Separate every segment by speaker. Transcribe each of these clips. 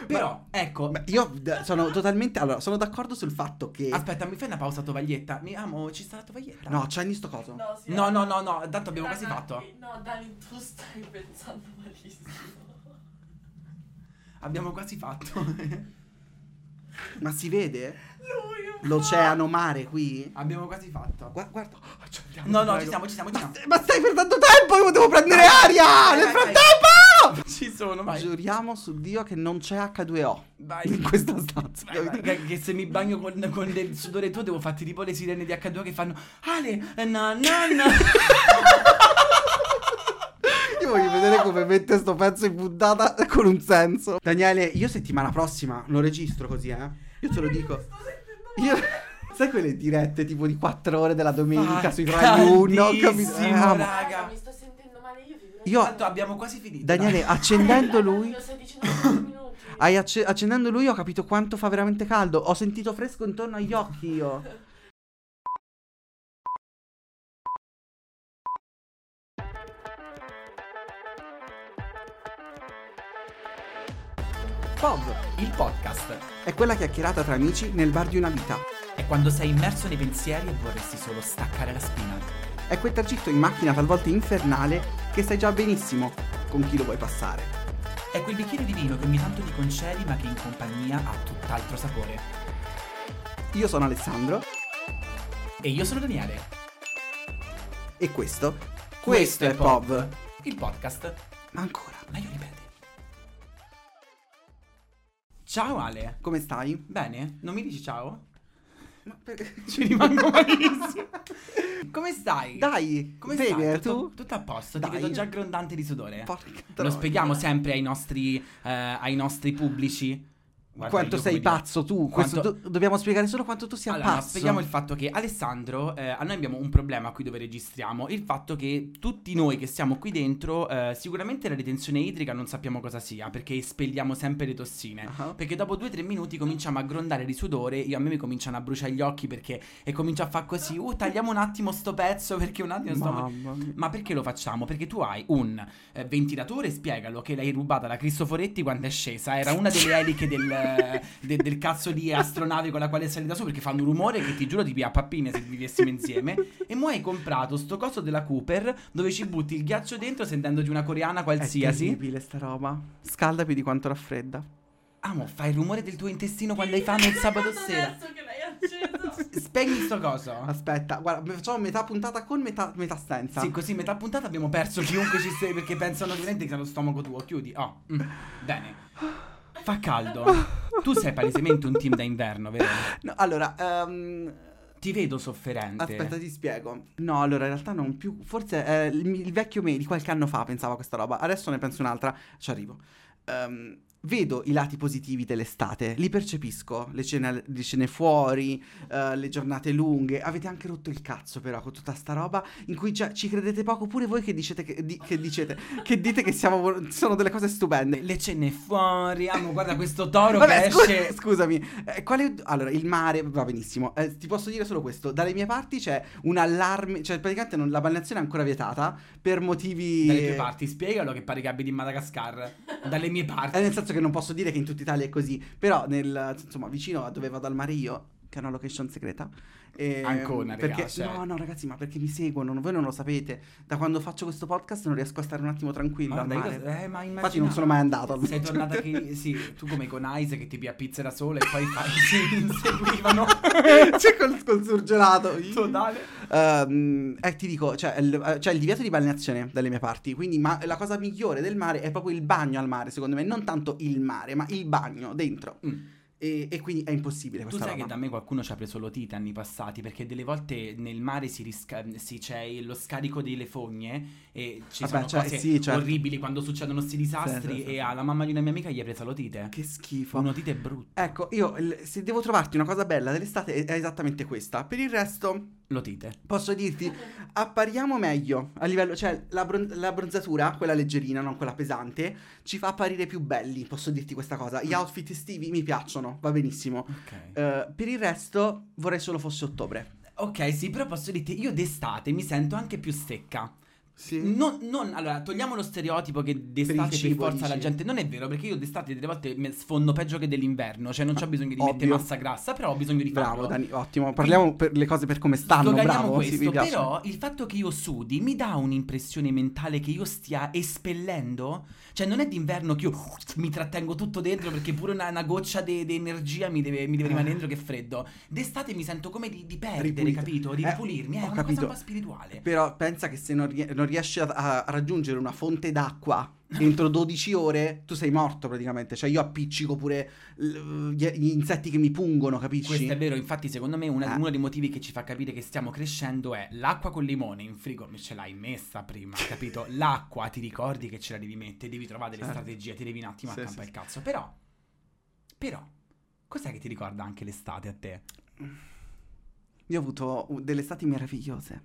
Speaker 1: Però, ecco.
Speaker 2: Io sono totalmente... Allora, sono d'accordo sul fatto che...
Speaker 1: Aspetta, mi fai una pausa tovaglietta? Ci sta la tovaglietta?
Speaker 2: No, c'hai visto coso?
Speaker 1: No, tanto abbiamo quasi fatto.
Speaker 3: No, Dani, tu stai pensando malissimo.
Speaker 1: Abbiamo quasi fatto.
Speaker 2: Ma si vede?
Speaker 3: Lui
Speaker 2: L'oceano mare qui?
Speaker 1: Abbiamo quasi fatto.
Speaker 2: Guarda.
Speaker 1: No, ci siamo.
Speaker 2: Ma stai per tanto tempo, io devo prendere aria! Nel frattempo!
Speaker 1: Ci sono, vai.
Speaker 2: Giuriamo su Dio che non c'è H2O
Speaker 1: Vai.
Speaker 2: in questa stanza.
Speaker 1: Vai. Che se mi bagno con del sudore tuo devo farti tipo le sirene di H2O che fanno Ale, na.
Speaker 2: Io voglio vedere come mette sto pezzo in puntata con un senso. Daniele, io settimana prossima lo registro così, Io te lo dico. Io... Sai quelle dirette tipo di 4 ore della domenica sui Rai 1? Capito?
Speaker 1: Raga.
Speaker 3: Mi sto sentendo male
Speaker 2: Io...
Speaker 1: Tanto abbiamo quasi finito.
Speaker 2: Daniele, accendendo lui...
Speaker 3: Lo stai dicendo in 20 minuti.
Speaker 2: Accendendo lui ho capito quanto fa veramente caldo. Ho sentito fresco intorno agli occhi io. POV
Speaker 1: Il podcast
Speaker 2: è quella chiacchierata tra amici nel bar di una vita.
Speaker 1: è quando sei immerso nei pensieri e vorresti solo staccare la spina.
Speaker 2: È quel tragitto in macchina talvolta infernale che sai già benissimo con chi lo vuoi passare.
Speaker 1: È quel bicchiere di vino che ogni tanto ti concedi ma che in compagnia ha tutt'altro sapore.
Speaker 2: Io sono Alessandro
Speaker 1: E io sono Daniele.
Speaker 2: e questo è POV.
Speaker 1: Il podcast.
Speaker 2: Ma ancora,
Speaker 1: Ma io ripeto. Ciao Ale.
Speaker 2: come stai?
Speaker 1: Bene? Non mi dici ciao?
Speaker 2: Ma per-
Speaker 1: Ci rimango malissimo. Come stai?
Speaker 2: Dai,
Speaker 1: Come
Speaker 2: bene,
Speaker 1: stai?
Speaker 2: tu?
Speaker 1: Tutto a posto,
Speaker 2: Dai.
Speaker 1: ti vedo già grondante di sudore.
Speaker 2: Porca
Speaker 1: Lo
Speaker 2: troia.
Speaker 1: spieghiamo sempre ai nostri pubblici. Guarda,
Speaker 2: Quanto
Speaker 1: io
Speaker 2: sei
Speaker 1: come dire-
Speaker 2: pazzo tu.
Speaker 1: quanto-
Speaker 2: Questo dobbiamo spiegare solo quanto tu sia
Speaker 1: Allora,
Speaker 2: pazzo.
Speaker 1: spieghiamo il fatto che Alessandro, a noi abbiamo un problema qui dove registriamo, il fatto che tutti noi che siamo qui dentro, sicuramente la ritenzione idrica non sappiamo cosa sia, perché espelliamo sempre le tossine,
Speaker 2: Ah.
Speaker 1: perché dopo 2-3 minuti cominciamo a grondare di sudore, a me mi cominciano a bruciare gli occhi perché, e comincio a fare così, tagliamo un attimo sto pezzo perché un attimo sto...
Speaker 2: Mamma mia.
Speaker 1: Ma perché lo facciamo? Perché tu hai un ventilatore, spiegalo, che l'hai rubata da Cristoforetti quando è scesa. Era una delle eliche del cazzo di astronave con la quale è salita su, perché fanno un rumore che ti giuro ti pia a pappine se vivessimo insieme. E mo hai comprato sto coso della Cooper dove ci butti il ghiaccio dentro sentendoti una coreana
Speaker 2: È
Speaker 1: qualsiasi.
Speaker 2: terribile sta roba. Scalda più di quanto raffredda.
Speaker 1: Amo, fai il rumore del tuo intestino quando hai fame il sabato sera.
Speaker 3: Adesso che l'hai acceso.
Speaker 1: Spegni sto coso.
Speaker 2: Aspetta, guarda, facciamo metà puntata con metà senza.
Speaker 1: Sì, così metà puntata abbiamo perso chiunque ci stia perché pensano veramente che sia lo stomaco tuo. Chiudi. Bene. Fa caldo. Tu sei palesemente un team da inverno, vero?
Speaker 2: No, allora,
Speaker 1: Ti vedo sofferente.
Speaker 2: aspetta, ti spiego. No, allora, in realtà non più. Forse il vecchio me di qualche anno fa pensava a questa roba. Adesso ne penso un'altra. Ci arrivo. Vedo i lati positivi dell'estate, li percepisco, le cene fuori, le giornate lunghe. Avete anche rotto il cazzo però con tutta sta roba in cui già ci credete poco pure voi che dite che sono delle cose stupende.
Speaker 1: Le cene fuori. Amo, guarda questo toro
Speaker 2: Vabbè,
Speaker 1: che esce.
Speaker 2: scusami, allora, il mare va benissimo. Ti posso dire solo questo: dalle mie parti c'è un allarme, cioè praticamente la balneazione è ancora vietata per motivi.
Speaker 1: Dalle tue parti, spiegalo che pare che abiti in Madagascar. Dalle mie parti.
Speaker 2: Nel senso che non posso dire che in tutta Italia è così, però insomma vicino a dove vado al mare io, che è una location segreta.
Speaker 1: Ancona,
Speaker 2: perché
Speaker 1: ragazzi.
Speaker 2: no ragazzi, ma perché mi seguono, voi non lo sapete. Da quando faccio questo podcast non riesco a stare un attimo tranquillo al
Speaker 1: Guarda,
Speaker 2: mare.
Speaker 1: ma
Speaker 2: Infatti non sono mai andato al
Speaker 1: Sei
Speaker 2: mare.
Speaker 1: tornata che sì, tu come con Ice che ti pia pizza da sola e poi fai si inseguivano.
Speaker 2: C'è col surgelato.
Speaker 1: Totale.
Speaker 2: Ti dico, c'è il divieto di balneazione dalle mie parti. Quindi la cosa migliore del mare è proprio il bagno al mare, secondo me. Non tanto il mare, ma il bagno dentro. E quindi è impossibile
Speaker 1: Tu
Speaker 2: questa
Speaker 1: sai
Speaker 2: roba.
Speaker 1: che da me qualcuno ci ha preso l'otite anni passati perché delle volte nel mare c'è lo scarico delle fogne e ci
Speaker 2: Vabbè,
Speaker 1: sono
Speaker 2: cioè,
Speaker 1: cose
Speaker 2: sì, certo.
Speaker 1: orribili quando succedono sti disastri
Speaker 2: Sì, sì,
Speaker 1: e
Speaker 2: sì.
Speaker 1: alla mamma di una mia amica gli è presa l'otite.
Speaker 2: Che schifo.
Speaker 1: Un'otite brutta.
Speaker 2: Ecco, io se devo trovarti una cosa bella dell'estate è esattamente questa. Per il resto
Speaker 1: L'otite.
Speaker 2: posso dirti, appariamo meglio a livello, cioè la bronzatura, quella leggerina, non quella pesante, ci fa apparire più belli, posso dirti questa cosa. Gli outfit estivi mi piacciono, va benissimo.
Speaker 1: Ok.
Speaker 2: Per il resto vorrei solo fosse ottobre.
Speaker 1: Ok, sì, però posso dirti, io d'estate mi sento anche più secca.
Speaker 2: Sì.
Speaker 1: Allora, togliamo lo stereotipo che d'estate per
Speaker 2: cibo,
Speaker 1: forza la
Speaker 2: dici?
Speaker 1: gente. Non è vero, perché io d'estate delle volte sfondo peggio che dell'inverno. Cioè, non c'ho bisogno di mettere
Speaker 2: Ovvio.
Speaker 1: massa grassa, però ho bisogno di farlo.
Speaker 2: Bravo Dani, ottimo. Parliamo per le cose per come stanno,
Speaker 1: Sdoganiamo
Speaker 2: bravo. Sì,
Speaker 1: questo,
Speaker 2: mi piace.
Speaker 1: però il fatto che io sudi mi dà un'impressione mentale che io stia espellendo. Cioè, non è d'inverno che io mi trattengo tutto dentro perché pure una goccia di energia mi deve rimanere dentro che è freddo. D'estate mi sento come di perdere,
Speaker 2: Ripulito.
Speaker 1: capito? Di ripulirmi, è
Speaker 2: ho
Speaker 1: una
Speaker 2: capito.
Speaker 1: cosa un po' spirituale.
Speaker 2: Però pensa che se non riesci a raggiungere una fonte d'acqua entro 12 ore, tu sei morto praticamente. Cioè io appiccico pure gli insetti che mi pungono, capisci?
Speaker 1: Questo è vero, infatti secondo me uno dei motivi che ci fa capire che stiamo crescendo è l'acqua con limone in frigo, ce l'hai messa prima, capito? L'acqua ti ricordi che ce la devi mettere, devi trovare delle strategie, ti devi un attimo accampare il cazzo. Però, cos'è che ti ricorda anche l'estate a te?
Speaker 2: Io ho avuto delle estati meravigliose.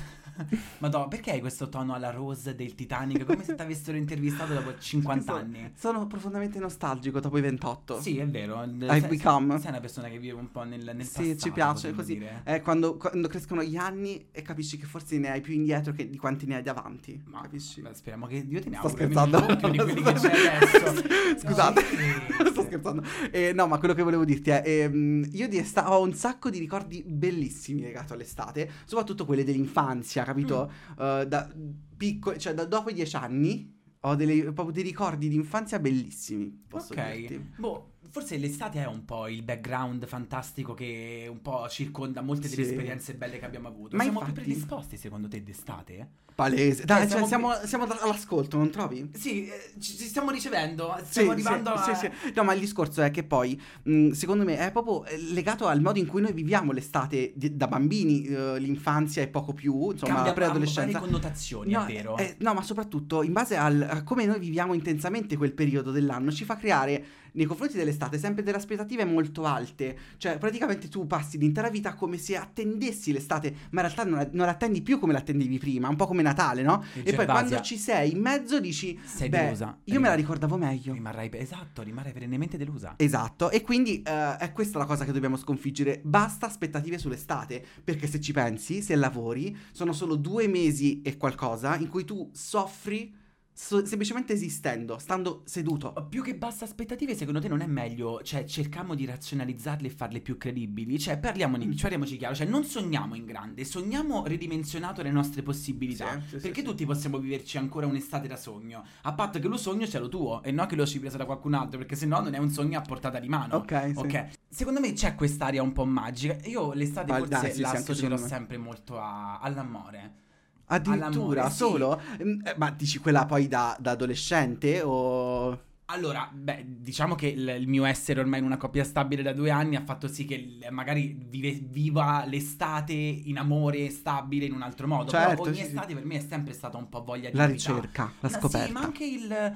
Speaker 1: Madonna, perché hai questo tono alla Rose del Titanic? Come se ti avessero intervistato dopo 50 anni.
Speaker 2: Sono profondamente nostalgico dopo i 28.
Speaker 1: Sì, è vero.
Speaker 2: I've become.
Speaker 1: Sei una persona che vive un po' nel
Speaker 2: Sì,
Speaker 1: passato,
Speaker 2: ci piace
Speaker 1: potremmo
Speaker 2: così.
Speaker 1: dire.
Speaker 2: Quando crescono gli anni e capisci che forse ne hai più indietro di quanti ne hai davanti.
Speaker 1: Ma
Speaker 2: capisci?
Speaker 1: beh, speriamo che Dio te ne
Speaker 2: Sto
Speaker 1: auguri
Speaker 2: scherzando.
Speaker 1: almeno più di quelli che c'è adesso.
Speaker 2: Scusate,
Speaker 1: Sì.
Speaker 2: sto scherzando. No, ma quello che volevo dirti è io ho un sacco di ricordi bellissimi legati all'estate, soprattutto quelle dell'infanzia, capito? Da piccoli, cioè da dopo i 10 anni ho proprio dei ricordi di infanzia bellissimi, posso dirti.
Speaker 1: Boh, forse l'estate è un po' il background fantastico che un po' circonda molte delle
Speaker 2: Sì.
Speaker 1: esperienze belle che abbiamo avuto.
Speaker 2: Ma
Speaker 1: Siamo
Speaker 2: infatti-
Speaker 1: più predisposti secondo te d'estate?
Speaker 2: Palese. Dai,
Speaker 1: siamo
Speaker 2: siamo all'ascolto, non trovi?
Speaker 1: Sì, ci stiamo ricevendo, stiamo arrivando a...
Speaker 2: sì. No, ma il discorso è che poi, secondo me, è proprio legato al modo in cui noi viviamo l'estate da bambini, l'infanzia e poco più, insomma,
Speaker 1: Cambia
Speaker 2: la preadolescenza.
Speaker 1: varie connotazioni,
Speaker 2: No,
Speaker 1: è vero.
Speaker 2: no, ma soprattutto in base a come noi viviamo intensamente quel periodo dell'anno, ci fa creare nei confronti dell'estate sempre delle aspettative molto alte. Cioè, praticamente tu passi l'intera vita come se attendessi l'estate, ma in realtà non l'attendi più come l'attendevi prima, un po' come Natale, no?
Speaker 1: Il
Speaker 2: E poi
Speaker 1: Gervasia.
Speaker 2: quando ci sei in mezzo dici,
Speaker 1: Sei
Speaker 2: beh,
Speaker 1: delusa.
Speaker 2: io me la ricordavo meglio.
Speaker 1: Rimarrai perennemente delusa.
Speaker 2: Esatto, e quindi è questa la cosa che dobbiamo sconfiggere. Basta aspettative sull'estate, perché se ci pensi, se lavori, sono solo 2 mesi e qualcosa in cui tu soffri semplicemente esistendo, stando seduto.
Speaker 1: Più che basta aspettative, secondo te non è meglio, cioè, cerchiamo di razionalizzarle e farle più credibili? Cioè, parliamoci chiaro, cioè, non sogniamo in grande, sogniamo ridimensionato le nostre possibilità.
Speaker 2: Sì,
Speaker 1: perché
Speaker 2: sì.
Speaker 1: tutti possiamo viverci ancora un'estate da sogno, a patto che lo sogno sia lo tuo e non che lo ci preso da qualcun altro, perché sennò non è un sogno a portata di mano.
Speaker 2: Ok.
Speaker 1: Secondo me c'è quest'aria un po' magica. Io l'estate
Speaker 2: Dai,
Speaker 1: forse
Speaker 2: sì,
Speaker 1: la
Speaker 2: anche
Speaker 1: associerò
Speaker 2: secondo me.
Speaker 1: sempre molto all'amore.
Speaker 2: Addirittura,
Speaker 1: All'amore, sì.
Speaker 2: solo? Ma dici quella poi da adolescente o...
Speaker 1: Allora, beh, diciamo che il mio essere ormai in una coppia stabile da 2 anni ha fatto sì che magari viva l'estate in amore stabile in un altro modo.
Speaker 2: Certo,
Speaker 1: Però ogni
Speaker 2: sì,
Speaker 1: estate per me è sempre stata un po' voglia di
Speaker 2: La
Speaker 1: novità.
Speaker 2: ricerca, la
Speaker 1: Sì,
Speaker 2: scoperta.
Speaker 1: ma anche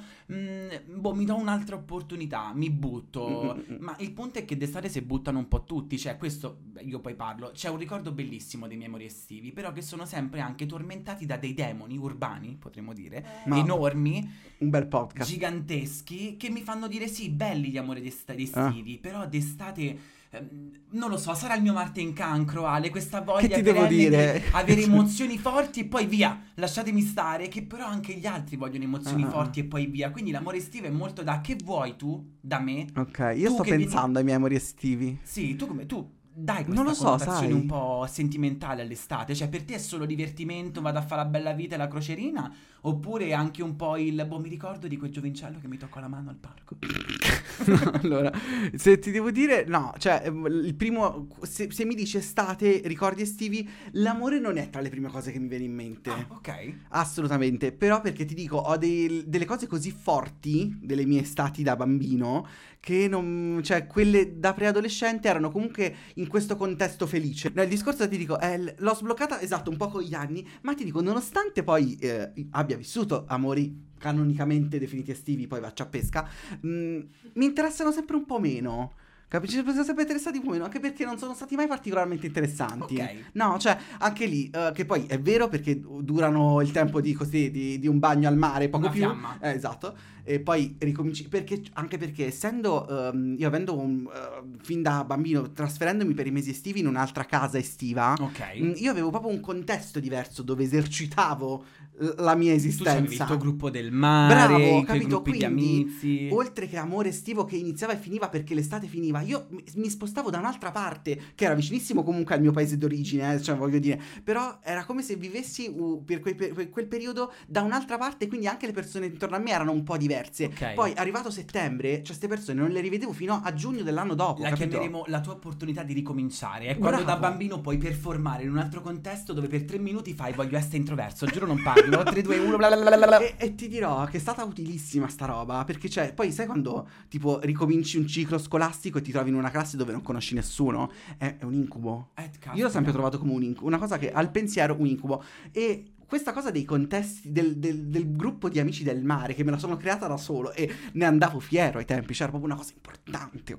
Speaker 1: mi do un'altra opportunità, mi butto. Ma il punto è che d'estate si buttano un po' tutti. Cioè, questo, io poi parlo. C'è un ricordo bellissimo dei miei amori estivi, però che sono sempre anche tormentati da dei demoni urbani, potremmo dire,
Speaker 2: Ma-
Speaker 1: enormi,
Speaker 2: Un bel podcast.
Speaker 1: giganteschi, che mi fanno dire sì, belli gli amori estivi, però d'estate non lo so, sarà il mio Marte in cancro, Ale, questa voglia
Speaker 2: Che ti devo
Speaker 1: perenne
Speaker 2: dire?
Speaker 1: di avere emozioni forti e poi via, lasciatemi stare, che però anche gli altri vogliono emozioni forti e poi via, quindi l'amore estivo è molto da che vuoi tu da me?
Speaker 2: Ok, io
Speaker 1: Tu
Speaker 2: sto
Speaker 1: che vieni-
Speaker 2: pensando ai miei amori estivi.
Speaker 1: Sì, tu dai
Speaker 2: Non
Speaker 1: questa
Speaker 2: lo so,
Speaker 1: connotazione
Speaker 2: sai.
Speaker 1: un po' sentimentale all'estate, cioè per te è solo divertimento, vado a fare la bella vita e la crocerina, oppure anche un po' mi ricordo di quel giovincello che mi toccò la mano al parco.
Speaker 2: No, allora, se ti devo dire, no, cioè, il primo, se mi dici estate, ricordi estivi, l'amore non è tra le prime cose che mi viene in mente.
Speaker 1: Ah, ok.
Speaker 2: Assolutamente, però perché ti dico, ho delle cose così forti delle mie estati da bambino che non, cioè quelle da preadolescente erano comunque in questo contesto felice. No, il discorso ti dico, l'ho sbloccata esatto un po' con gli anni, ma ti dico, nonostante poi abbia vissuto amori canonicamente definiti estivi, poi faccio a pesca, mi interessano sempre un po' meno. Capisci? Sono sempre interessati un po' meno, anche perché non sono stati mai particolarmente interessanti.
Speaker 1: Ok.
Speaker 2: No, cioè, anche lì, che poi è vero perché durano il tempo di un bagno al mare, poco
Speaker 1: Una
Speaker 2: più.
Speaker 1: fiamma.
Speaker 2: Esatto. E poi ricominci, anche perché essendo, io avendo fin da bambino, trasferendomi per i mesi estivi in un'altra casa estiva,
Speaker 1: Ok.
Speaker 2: io avevo proprio un contesto diverso dove esercitavo la mia
Speaker 1: Tu c'avevi il
Speaker 2: esistenza.
Speaker 1: tuo gruppo del mare,
Speaker 2: Bravo,
Speaker 1: i tuoi
Speaker 2: capito?
Speaker 1: gruppi di
Speaker 2: Quindi,
Speaker 1: amici.
Speaker 2: oltre che amore estivo che iniziava e finiva perché l'estate finiva, io mi spostavo da un'altra parte, che era vicinissimo comunque al mio paese d'origine, cioè voglio dire, però era come se vivessi per quel periodo da un'altra parte, quindi anche le persone intorno a me erano un po' diverse.
Speaker 1: Ok.
Speaker 2: Poi arrivato settembre, cioè queste persone non le rivedevo fino a giugno dell'anno dopo,
Speaker 1: La
Speaker 2: capito?
Speaker 1: chiameremo la tua opportunità di ricominciare. È quando da
Speaker 2: Bravo.
Speaker 1: bambino puoi performare in un altro contesto dove per 3 minuti fai voglio essere introverso, giuro non parlo, 3, 2, 1, bla bla bla bla bla.
Speaker 2: E ti dirò che è stata utilissima sta roba, perché cioè, poi sai quando tipo ricominci un ciclo scolastico e ti trovi in una classe dove non conosci nessuno? È un incubo.
Speaker 1: Caspita.
Speaker 2: Io l'ho sempre trovato come un incubo, una cosa che al pensiero un incubo. E questa cosa dei contesti del gruppo di amici del mare, che me la sono creata da solo e ne andavo fiero ai tempi, cioè era proprio una cosa importante,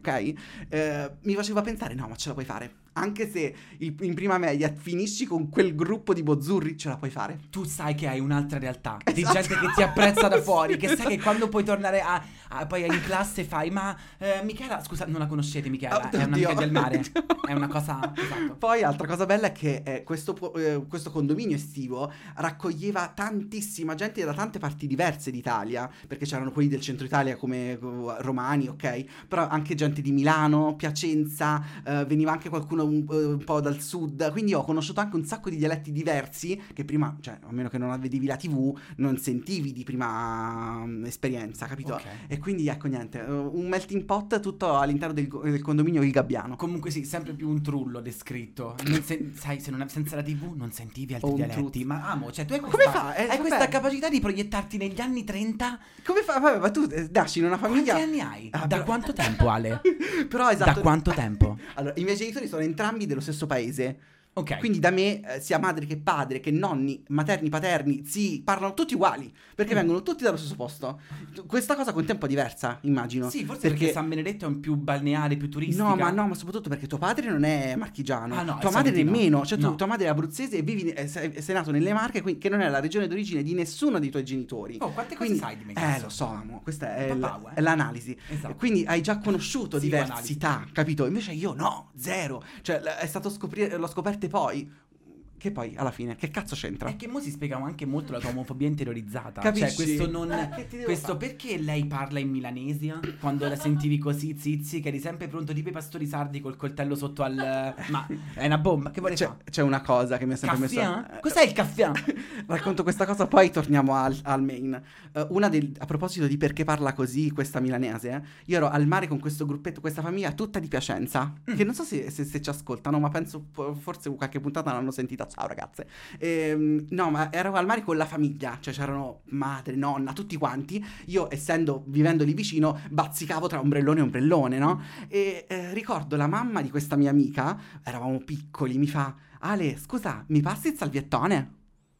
Speaker 2: ok? Mi faceva pensare, no, ma ce la puoi fare. Anche se in prima media finisci con quel gruppo di bozzurri, ce la puoi fare.
Speaker 1: Tu sai che hai un'altra realtà di
Speaker 2: Esatto.
Speaker 1: gente che ti apprezza da fuori, che sai che quando puoi tornare poi in classe fai ma Michela, scusa, non la conoscete Michela, è un'amica
Speaker 2: Oddio.
Speaker 1: del mare, è una cosa, esatto.
Speaker 2: Poi altra cosa bella è che questo condominio estivo raccoglieva tantissima gente da tante parti diverse d'Italia, perché c'erano quelli del centro Italia come romani, ok? Però anche gente di Milano, Piacenza, veniva anche qualcuno un po' dal sud, quindi ho conosciuto anche un sacco di dialetti diversi che prima, cioè a meno che non vedevi la TV, non sentivi di prima esperienza, capito?
Speaker 1: Ok.
Speaker 2: E quindi ecco niente, un melting pot tutto all'interno del condominio Il Gabbiano.
Speaker 1: Comunque sì, sempre più un trullo descritto. Sai, se non senza la TV non sentivi altri
Speaker 2: O un
Speaker 1: dialetti.
Speaker 2: truzzo.
Speaker 1: Ma amo, cioè tu hai
Speaker 2: Come
Speaker 1: questa,
Speaker 2: fa?
Speaker 1: hai questa
Speaker 2: Vabbè.
Speaker 1: capacità di proiettarti negli anni 30.
Speaker 2: Come fa? Vabbè, ma tu nasci in una
Speaker 1: Quanti
Speaker 2: famiglia.
Speaker 1: anni hai?
Speaker 2: Ah,
Speaker 1: Da
Speaker 2: però-
Speaker 1: quanto tempo, Ale?
Speaker 2: Però esatto.
Speaker 1: Da quanto tempo?
Speaker 2: Allora, i miei genitori sono entrambi dello stesso paese.
Speaker 1: Ok.
Speaker 2: Quindi da me, sia madre che padre, che nonni, materni, paterni, zii, parlano tutti uguali, perché vengono tutti dallo stesso posto. Questa cosa con te è un po' diversa, immagino.
Speaker 1: Sì, forse perché San Benedetto è un più balneare, più turistica.
Speaker 2: No, ma soprattutto perché tuo padre non è marchigiano,
Speaker 1: Ah, no,
Speaker 2: tua
Speaker 1: è
Speaker 2: madre
Speaker 1: salentino.
Speaker 2: nemmeno, cioè
Speaker 1: No.
Speaker 2: tua madre è abruzzese e sei nato nelle Marche, che non è la regione d'origine di nessuno dei tuoi genitori.
Speaker 1: Oh, quante cose
Speaker 2: Quindi,
Speaker 1: sai di me? cazzo?
Speaker 2: lo so, amo, questa è,
Speaker 1: Papau,
Speaker 2: è l'analisi.
Speaker 1: Esatto.
Speaker 2: Quindi hai già conosciuto
Speaker 1: Sì,
Speaker 2: diversità, capito? Invece io no, zero. Cioè è stato l'ho scoperte poi. Che poi, alla fine, che cazzo c'entra?
Speaker 1: È che mo si spiega anche molto la tua omofobia interiorizzata.
Speaker 2: Capisci?
Speaker 1: Cioè, questo non.
Speaker 2: Che ti devo
Speaker 1: Questo
Speaker 2: fare?
Speaker 1: perché lei parla in milanesia? Quando la sentivi così, zizi, che eri sempre pronto tipo i pastori sardi col coltello sotto al. Ma è una bomba, che vuole fare?
Speaker 2: C'è una cosa che mi ha sempre messo.
Speaker 1: Caffè? Cos'è il caffè?
Speaker 2: Racconto questa cosa, poi torniamo al main. A proposito di perché parla così questa milanese, io ero al mare con questo gruppetto, questa famiglia tutta di Piacenza, che non so se ci ascoltano, ma penso forse qualche puntata l'hanno sentita. Ciao ragazze. No, ma ero al mare con la famiglia, cioè c'erano madre, nonna, tutti quanti. Io, vivendo lì vicino, bazzicavo tra ombrellone e ombrellone, no? E ricordo la mamma di questa mia amica, eravamo piccoli, mi fa: Ale, scusa, mi passi il salviettone?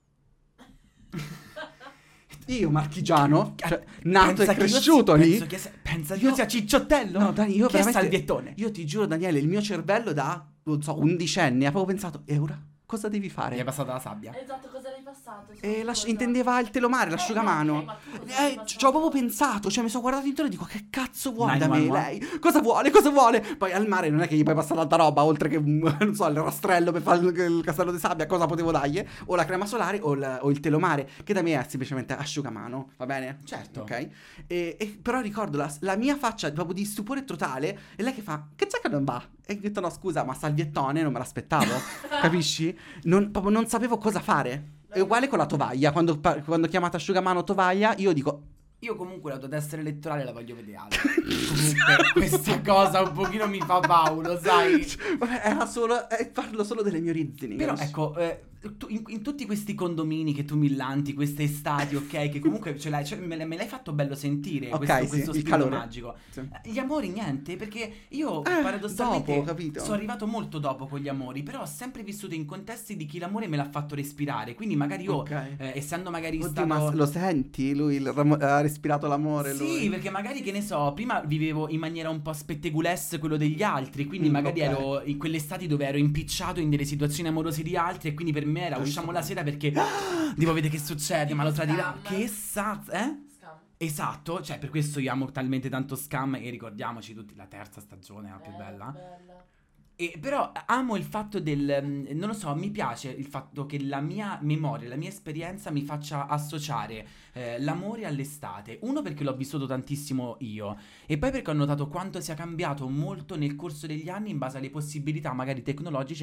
Speaker 2: Io marchigiano, cioè, nato
Speaker 1: Pensa
Speaker 2: e
Speaker 1: che io
Speaker 2: cresciuto
Speaker 1: sia-
Speaker 2: lì.
Speaker 1: pensa che
Speaker 2: Io-
Speaker 1: io sia cicciottello?
Speaker 2: No, Dani, io
Speaker 1: Che è
Speaker 2: veramente
Speaker 1: salviettone?
Speaker 2: Io ti giuro, Daniele, il mio cervello da, non so, undicenne ha proprio pensato: e ora cosa devi
Speaker 1: Mi è
Speaker 2: fare?
Speaker 1: passata la sabbia.
Speaker 3: Esatto, cosa l'hai passato?
Speaker 2: E intendeva il telomare, l'asciugamano.
Speaker 3: ok, ma tu cosa hai passato?
Speaker 2: Ci ho proprio pensato, cioè mi sono guardato intorno e dico: che cazzo vuole da me
Speaker 1: 911?
Speaker 2: lei? Cosa vuole? Cosa vuole? Poi al mare non è che gli puoi passare tanta roba, oltre che, non so, il rastrello per fare il castello di sabbia, cosa potevo dargli? O la crema solare o il telomare, che da me è semplicemente asciugamano, va bene?
Speaker 1: Certo.
Speaker 2: Ok? Però ricordo la mia faccia proprio di stupore totale, e lei che fa: che c'è che non va? E ho detto: no, scusa, ma salviettone non me l'aspettavo, capisci? Proprio non sapevo cosa fare. È uguale con la tovaglia, quando chiamate asciugamano tovaglia, io dico:
Speaker 1: Io comunque la tua tessera elettorale la voglio vedere. Ale. Comunque questa cosa un pochino mi fa paura, sai?
Speaker 2: vabbè, parlo solo delle mie origini.
Speaker 1: Però
Speaker 2: capisci?
Speaker 1: ecco, tu, in tutti questi condomini che tu millanti, queste estati, ok, che comunque me l'hai fatto bello sentire,
Speaker 2: Ok,
Speaker 1: questo
Speaker 2: sì, il
Speaker 1: spirito
Speaker 2: calore.
Speaker 1: magico.
Speaker 2: Sì.
Speaker 1: Gli amori niente, perché io paradossalmente
Speaker 2: dopo, capito?
Speaker 1: sono arrivato molto dopo con gli amori, però ho sempre vissuto in contesti di chi l'amore me l'ha fatto respirare, quindi magari io,
Speaker 2: Ok.
Speaker 1: essendo magari
Speaker 2: Oddio,
Speaker 1: stato...
Speaker 2: ma lo senti? Lui ha respirato l'amore.
Speaker 1: Sì,
Speaker 2: lui.
Speaker 1: perché magari, che ne so, prima vivevo in maniera un po' spettegulesse quello degli altri, quindi magari
Speaker 2: ok.
Speaker 1: ero in quelle estati dove ero impicciato in delle situazioni amorose di altri, e quindi per me era usciamo la sera perché devo vedere che succede, ma lo tradirà.
Speaker 3: Scam.
Speaker 1: Che sazzo,
Speaker 3: Scam.
Speaker 1: Esatto, cioè per questo io amo talmente tanto Scam, e ricordiamoci tutti la terza stagione, è la più bella. E però amo il fatto non lo so, mi piace il fatto che la mia memoria, la mia esperienza mi faccia associare l'amore all'estate. Uno, perché l'ho vissuto tantissimo io, e poi perché ho notato quanto sia cambiato molto nel corso degli anni in base alle possibilità magari tecnologiche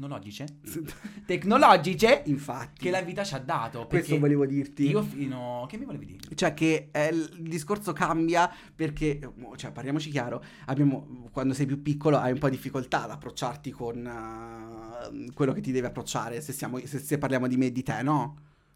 Speaker 1: tecnologiche
Speaker 2: Infatti.
Speaker 1: che la vita ci ha dato.
Speaker 2: Questo
Speaker 1: Perché
Speaker 2: volevo dirti.
Speaker 1: io fino... Che mi volevi dire?
Speaker 2: Cioè che il discorso cambia perché, cioè parliamoci chiaro, quando sei più piccolo hai un po' di difficoltà ad approcciarti con quello che ti deve approcciare, se parliamo di me e di te, no?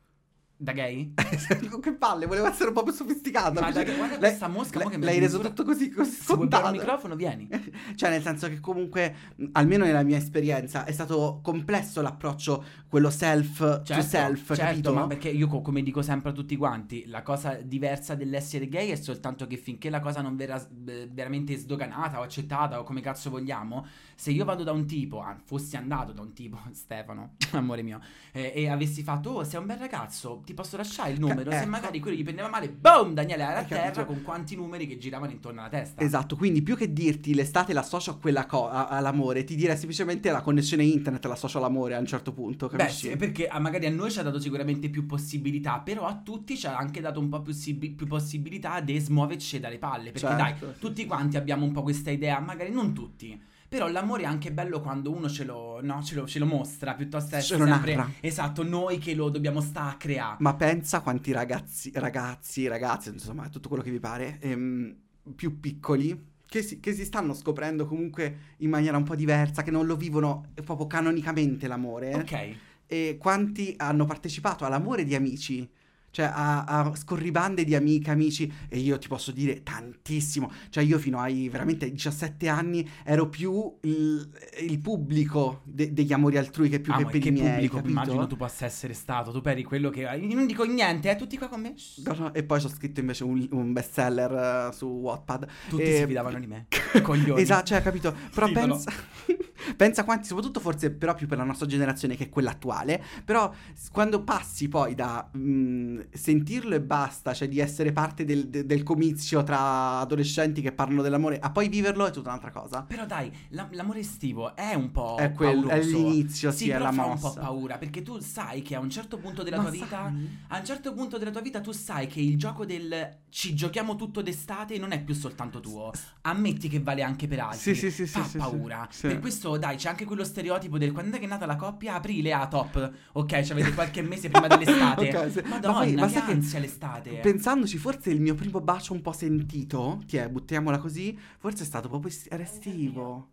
Speaker 1: Da gay?
Speaker 2: Che palle, volevo essere un po' più sofisticato.
Speaker 1: Ma da che, guarda questa mosca, mo che mi
Speaker 2: l'hai reso
Speaker 1: addirittura-
Speaker 2: tutto così
Speaker 1: Se vuoi
Speaker 2: scontato.
Speaker 1: bere il microfono, vieni.
Speaker 2: Cioè nel senso che comunque, almeno nella mia esperienza, è stato complesso l'approccio, quello self to self, capito?
Speaker 1: Ma perché io come dico sempre a tutti quanti, la cosa diversa dell'essere gay è soltanto che finché la cosa non verrà veramente sdoganata o accettata o come cazzo vogliamo, se io vado da un tipo, fossi andato da un tipo, Stefano, amore mio, e avessi fatto, oh, sei un bel ragazzo, ti posso lasciare il numero, se
Speaker 2: ecco.
Speaker 1: magari quello gli prendeva male, boom, Daniele era a
Speaker 2: Hai
Speaker 1: terra
Speaker 2: capito?
Speaker 1: con quanti numeri che giravano intorno alla testa.
Speaker 2: Esatto, quindi più che dirti l'estate l'associo a quella all'amore, ti direi semplicemente la connessione internet l'associo all'amore a un certo punto,
Speaker 1: Beh,
Speaker 2: capisci?
Speaker 1: sì, perché magari a noi ci ha dato sicuramente più possibilità, però a tutti ci ha anche dato un po' più possibilità di smuoverci dalle palle. Perché
Speaker 2: Certo,
Speaker 1: dai,
Speaker 2: sì,
Speaker 1: tutti
Speaker 2: sì.
Speaker 1: quanti abbiamo un po' questa idea, magari non tutti. Però l'amore è anche bello quando uno ce lo mostra, piuttosto che
Speaker 2: Ce
Speaker 1: essere
Speaker 2: lo
Speaker 1: sempre
Speaker 2: narra.
Speaker 1: esatto, noi che lo dobbiamo sta a creare.
Speaker 2: Ma pensa quanti ragazzi, insomma, tutto quello che vi pare, più piccoli, che si stanno scoprendo comunque in maniera un po' diversa, che non lo vivono proprio canonicamente l'amore.
Speaker 1: Ok.
Speaker 2: E quanti hanno partecipato all'amore di amici, cioè a scorribande di amiche, amici, e io ti posso dire tantissimo, cioè io fino ai veramente 17 anni ero più il pubblico degli amori altrui che più che per
Speaker 1: che
Speaker 2: i miei,
Speaker 1: pubblico
Speaker 2: capito?
Speaker 1: immagino tu possa essere stato. Tu eri quello che... Io non dico niente, tutti qua con me.
Speaker 2: No, e poi ci ho scritto invece un bestseller su Wattpad.
Speaker 1: Tutti
Speaker 2: E-
Speaker 1: si fidavano di me. Coglioni.
Speaker 2: Esatto, cioè, capito? Però
Speaker 1: Titolo.
Speaker 2: pensa quanti, soprattutto forse però più per la nostra generazione che è quella attuale, però quando passi poi da sentirlo e basta, cioè di essere parte del comizio tra adolescenti che parlano dell'amore, a poi viverlo è tutta un'altra cosa.
Speaker 1: Però dai, l'amore estivo è un po'
Speaker 2: È
Speaker 1: pauroso.
Speaker 2: l'inizio, sì, è
Speaker 1: però
Speaker 2: la
Speaker 1: fa
Speaker 2: mossa.
Speaker 1: un po' paura, perché tu sai che a un certo punto della
Speaker 2: Ma
Speaker 1: tua vita,
Speaker 2: sai?
Speaker 1: a un certo punto della tua vita tu sai che il gioco del ci giochiamo tutto d'estate non è più soltanto tuo. Ammetti che vale anche per altri.
Speaker 2: Sì,
Speaker 1: Fa
Speaker 2: sì,
Speaker 1: paura.
Speaker 2: sì.
Speaker 1: Per questo, dai, c'è anche quello stereotipo del quando è che è nata la coppia? Aprile, top. Ok, ci avete qualche mese prima dell'estate.
Speaker 2: Ok, sì.
Speaker 1: Madonna,
Speaker 2: Ma poi,
Speaker 1: che
Speaker 2: sai che
Speaker 1: ansia l'estate.
Speaker 2: pensandoci, forse il mio primo bacio un po' sentito, buttiamola così, forse è stato proprio era estivo.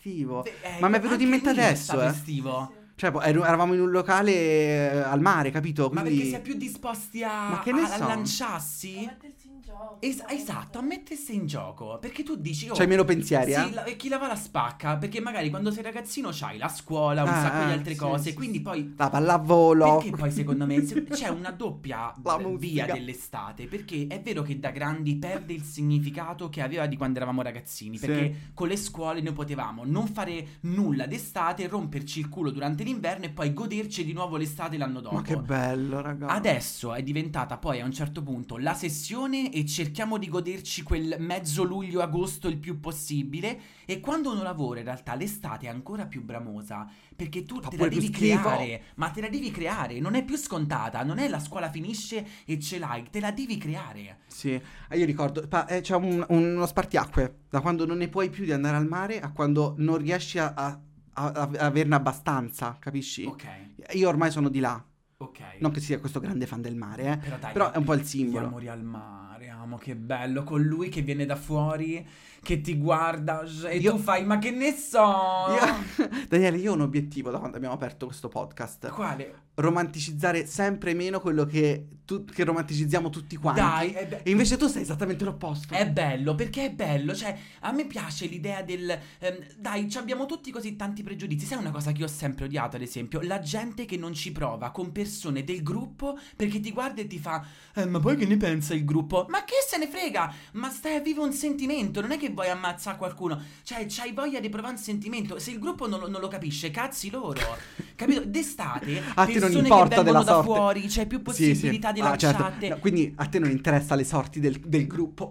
Speaker 2: Ma mi è venuto in mente
Speaker 1: anche il mio è
Speaker 2: adesso,
Speaker 1: stato
Speaker 2: eh.
Speaker 1: estivo.
Speaker 2: Cioè, eravamo in un locale al mare, capito?
Speaker 1: Ma
Speaker 2: Quindi...
Speaker 1: perché si è più disposti
Speaker 2: Ma che ne
Speaker 1: a
Speaker 2: so?
Speaker 1: lanciarsi?
Speaker 3: A mettersi in gioco.
Speaker 1: Esatto, a mettersi in gioco. Perché tu dici, oh,
Speaker 2: C'hai meno pensieri,
Speaker 1: sì, e chi la va la spacca. Perché magari quando sei ragazzino c'hai la scuola, un sacco di altre
Speaker 2: sì,
Speaker 1: cose.
Speaker 2: sì,
Speaker 1: quindi
Speaker 2: sì.
Speaker 1: poi
Speaker 2: La pallavolo.
Speaker 1: perché poi secondo me c'è una doppia
Speaker 2: La
Speaker 1: via
Speaker 2: musica.
Speaker 1: dell'estate. Perché è vero che da grandi perde il significato che aveva di quando eravamo ragazzini.
Speaker 2: Sì.
Speaker 1: Perché con le scuole noi potevamo non fare nulla d'estate, romperci il culo durante l'inverno e poi goderci di nuovo l'estate l'anno dopo.
Speaker 2: Ma che bello, raga.
Speaker 1: Adesso è diventata poi a un certo punto la sessione e cerchiamo di goderci quel mezzo luglio-agosto il più possibile, e quando uno lavora in realtà l'estate è ancora più bramosa perché tu
Speaker 2: Fa
Speaker 1: te la
Speaker 2: pure più
Speaker 1: devi
Speaker 2: schifo.
Speaker 1: creare, ma te la devi creare, non è più scontata, non è la scuola finisce e ce l'hai, te la devi creare.
Speaker 2: Sì, io ricordo, c'è uno spartiacque da quando non ne puoi più di andare al mare a quando non riesci a averne abbastanza, capisci?
Speaker 1: Ok,
Speaker 2: Io ormai sono di là,
Speaker 1: ok.
Speaker 2: non che sia questo grande fan del mare,
Speaker 1: Però dai,
Speaker 2: però è un po' il
Speaker 1: gli
Speaker 2: simbolo.
Speaker 1: amori al mare, amo, che bello, con lui che viene da fuori, che ti guarda e
Speaker 2: Io-
Speaker 1: tu fai, ma che ne so?
Speaker 2: Daniele, io ho un obiettivo da quando abbiamo aperto questo podcast.
Speaker 1: Quale?
Speaker 2: Romanticizzare sempre meno quello che romanticizziamo tutti quanti.
Speaker 1: Dai,
Speaker 2: E invece tu sei esattamente l'opposto.
Speaker 1: è bello, perché è bello, cioè a me piace l'idea del dai, abbiamo tutti così tanti pregiudizi. Sai una cosa che io ho sempre odiato, ad esempio, la gente che non ci prova con persone del gruppo perché ti guarda e ti fa ma poi che ne pensa il gruppo? Ma che se ne frega? Ma stai a vivere un sentimento, non è che vuoi ammazzare qualcuno, cioè c'hai voglia di provare un sentimento. Se il gruppo non lo capisce, cazzi loro, capito? D'estate
Speaker 2: A te non
Speaker 1: persone
Speaker 2: importa
Speaker 1: che vengono
Speaker 2: della
Speaker 1: da
Speaker 2: sorte.
Speaker 1: fuori, c'è più
Speaker 2: Sì, sì.
Speaker 1: possibilità di
Speaker 2: Ah, certo.
Speaker 1: lanciate.
Speaker 2: No, quindi a te non interessa le sorti del gruppo.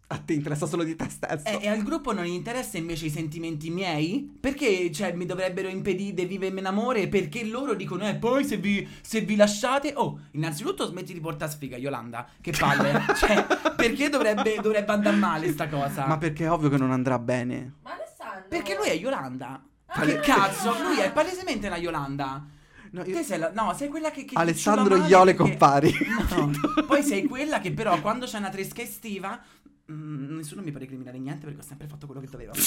Speaker 2: A te interessa solo di te stesso.
Speaker 1: E al gruppo non gli interessa invece i sentimenti miei? Perché, cioè, mi dovrebbero impedire di vivermi in amore? Perché loro dicono, poi se vi lasciate... Oh, innanzitutto smetti di portare sfiga, Yolanda. Che palle. Cioè, perché dovrebbe andare male sta cosa?
Speaker 2: Ma perché è ovvio che non andrà bene.
Speaker 3: Ma Alessandro.
Speaker 1: Perché lui è Yolanda. Che cazzo? Lui è palesemente una Yolanda.
Speaker 2: No,
Speaker 1: Te sei sei quella che
Speaker 2: Alessandro
Speaker 1: ciula male
Speaker 2: Iole
Speaker 1: perché-
Speaker 2: compari.
Speaker 1: No. Poi sei quella che però quando c'è una tresca estiva nessuno mi può recriminare niente perché ho sempre fatto quello che dovevo.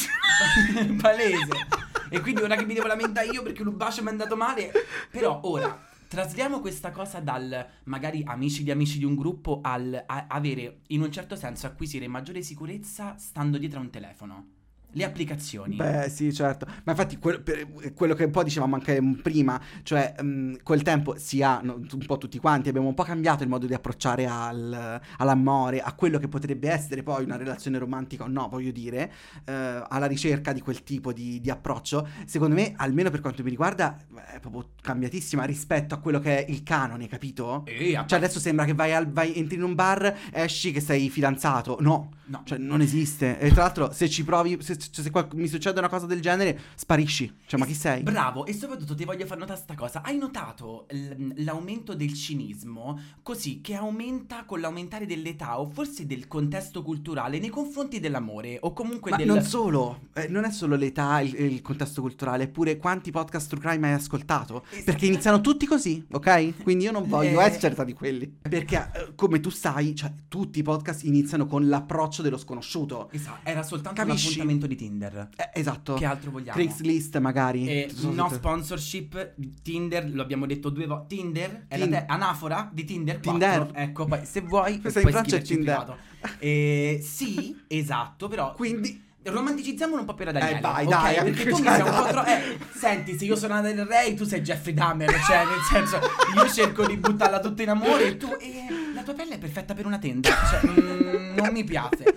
Speaker 1: Palese. E quindi ora che mi devo lamentare io perché un bacio mi è andato male. Però ora trasliamo questa cosa dal magari amici di un gruppo al avere in un certo senso acquisire maggiore sicurezza stando dietro a un telefono. Le applicazioni.
Speaker 2: Beh, sì, certo. Ma infatti quello che un po' dicevamo anche prima, cioè col tempo si ha, un po' tutti quanti, abbiamo un po' cambiato il modo di approcciare all'amore, a quello che potrebbe essere poi una relazione romantica o no, voglio dire, alla ricerca di quel tipo di approccio. Secondo me, almeno per quanto mi riguarda, è proprio cambiatissima rispetto a quello che è il canone, capito? Cioè adesso sembra che entri in un bar, esci che sei fidanzato. No. Cioè non esiste. E tra l'altro se ci provi, se mi succede una cosa del genere, sparisci. Cioè ma chi sei?
Speaker 1: Bravo, e soprattutto ti voglio far notare sta cosa. Hai notato l'aumento del cinismo così che aumenta con l'aumentare dell'età o forse del contesto culturale nei confronti dell'amore o comunque
Speaker 2: Ma
Speaker 1: del...
Speaker 2: non solo, non è solo l'età, il contesto culturale, eppure quanti podcast true crime hai ascoltato? Perché iniziano tutti così, ok? Quindi io non voglio essere tra di quelli. Perché come tu sai, cioè tutti i podcast iniziano con l'approccio dello sconosciuto.
Speaker 1: Esatto, era soltanto
Speaker 2: Capisci?
Speaker 1: un appuntamento di Tinder.
Speaker 2: Esatto.
Speaker 1: Che altro vogliamo?
Speaker 2: Craigslist magari.
Speaker 1: No sponsorship, Tinder, lo abbiamo detto 2 volte. Tinder? È la anafora di Tinder? 4.
Speaker 2: Tinder.
Speaker 1: Ecco, poi se vuoi
Speaker 2: Questa
Speaker 1: puoi
Speaker 2: in Francia è
Speaker 1: scriverci in
Speaker 2: Tinder.
Speaker 1: privato. Sì, esatto, però...
Speaker 2: Quindi
Speaker 1: romanticizziamolo un po' per Daniele.
Speaker 2: vai,
Speaker 1: ok?
Speaker 2: dai,
Speaker 1: Perché tu mi sei un po' troppo... senti, se io sono Lana del Rey, tu sei Jeffrey Dahmer. Cioè, nel senso, io cerco di buttarla tutta in amore e tu... la tua pelle è perfetta per una tenda. Cioè, non mi piace.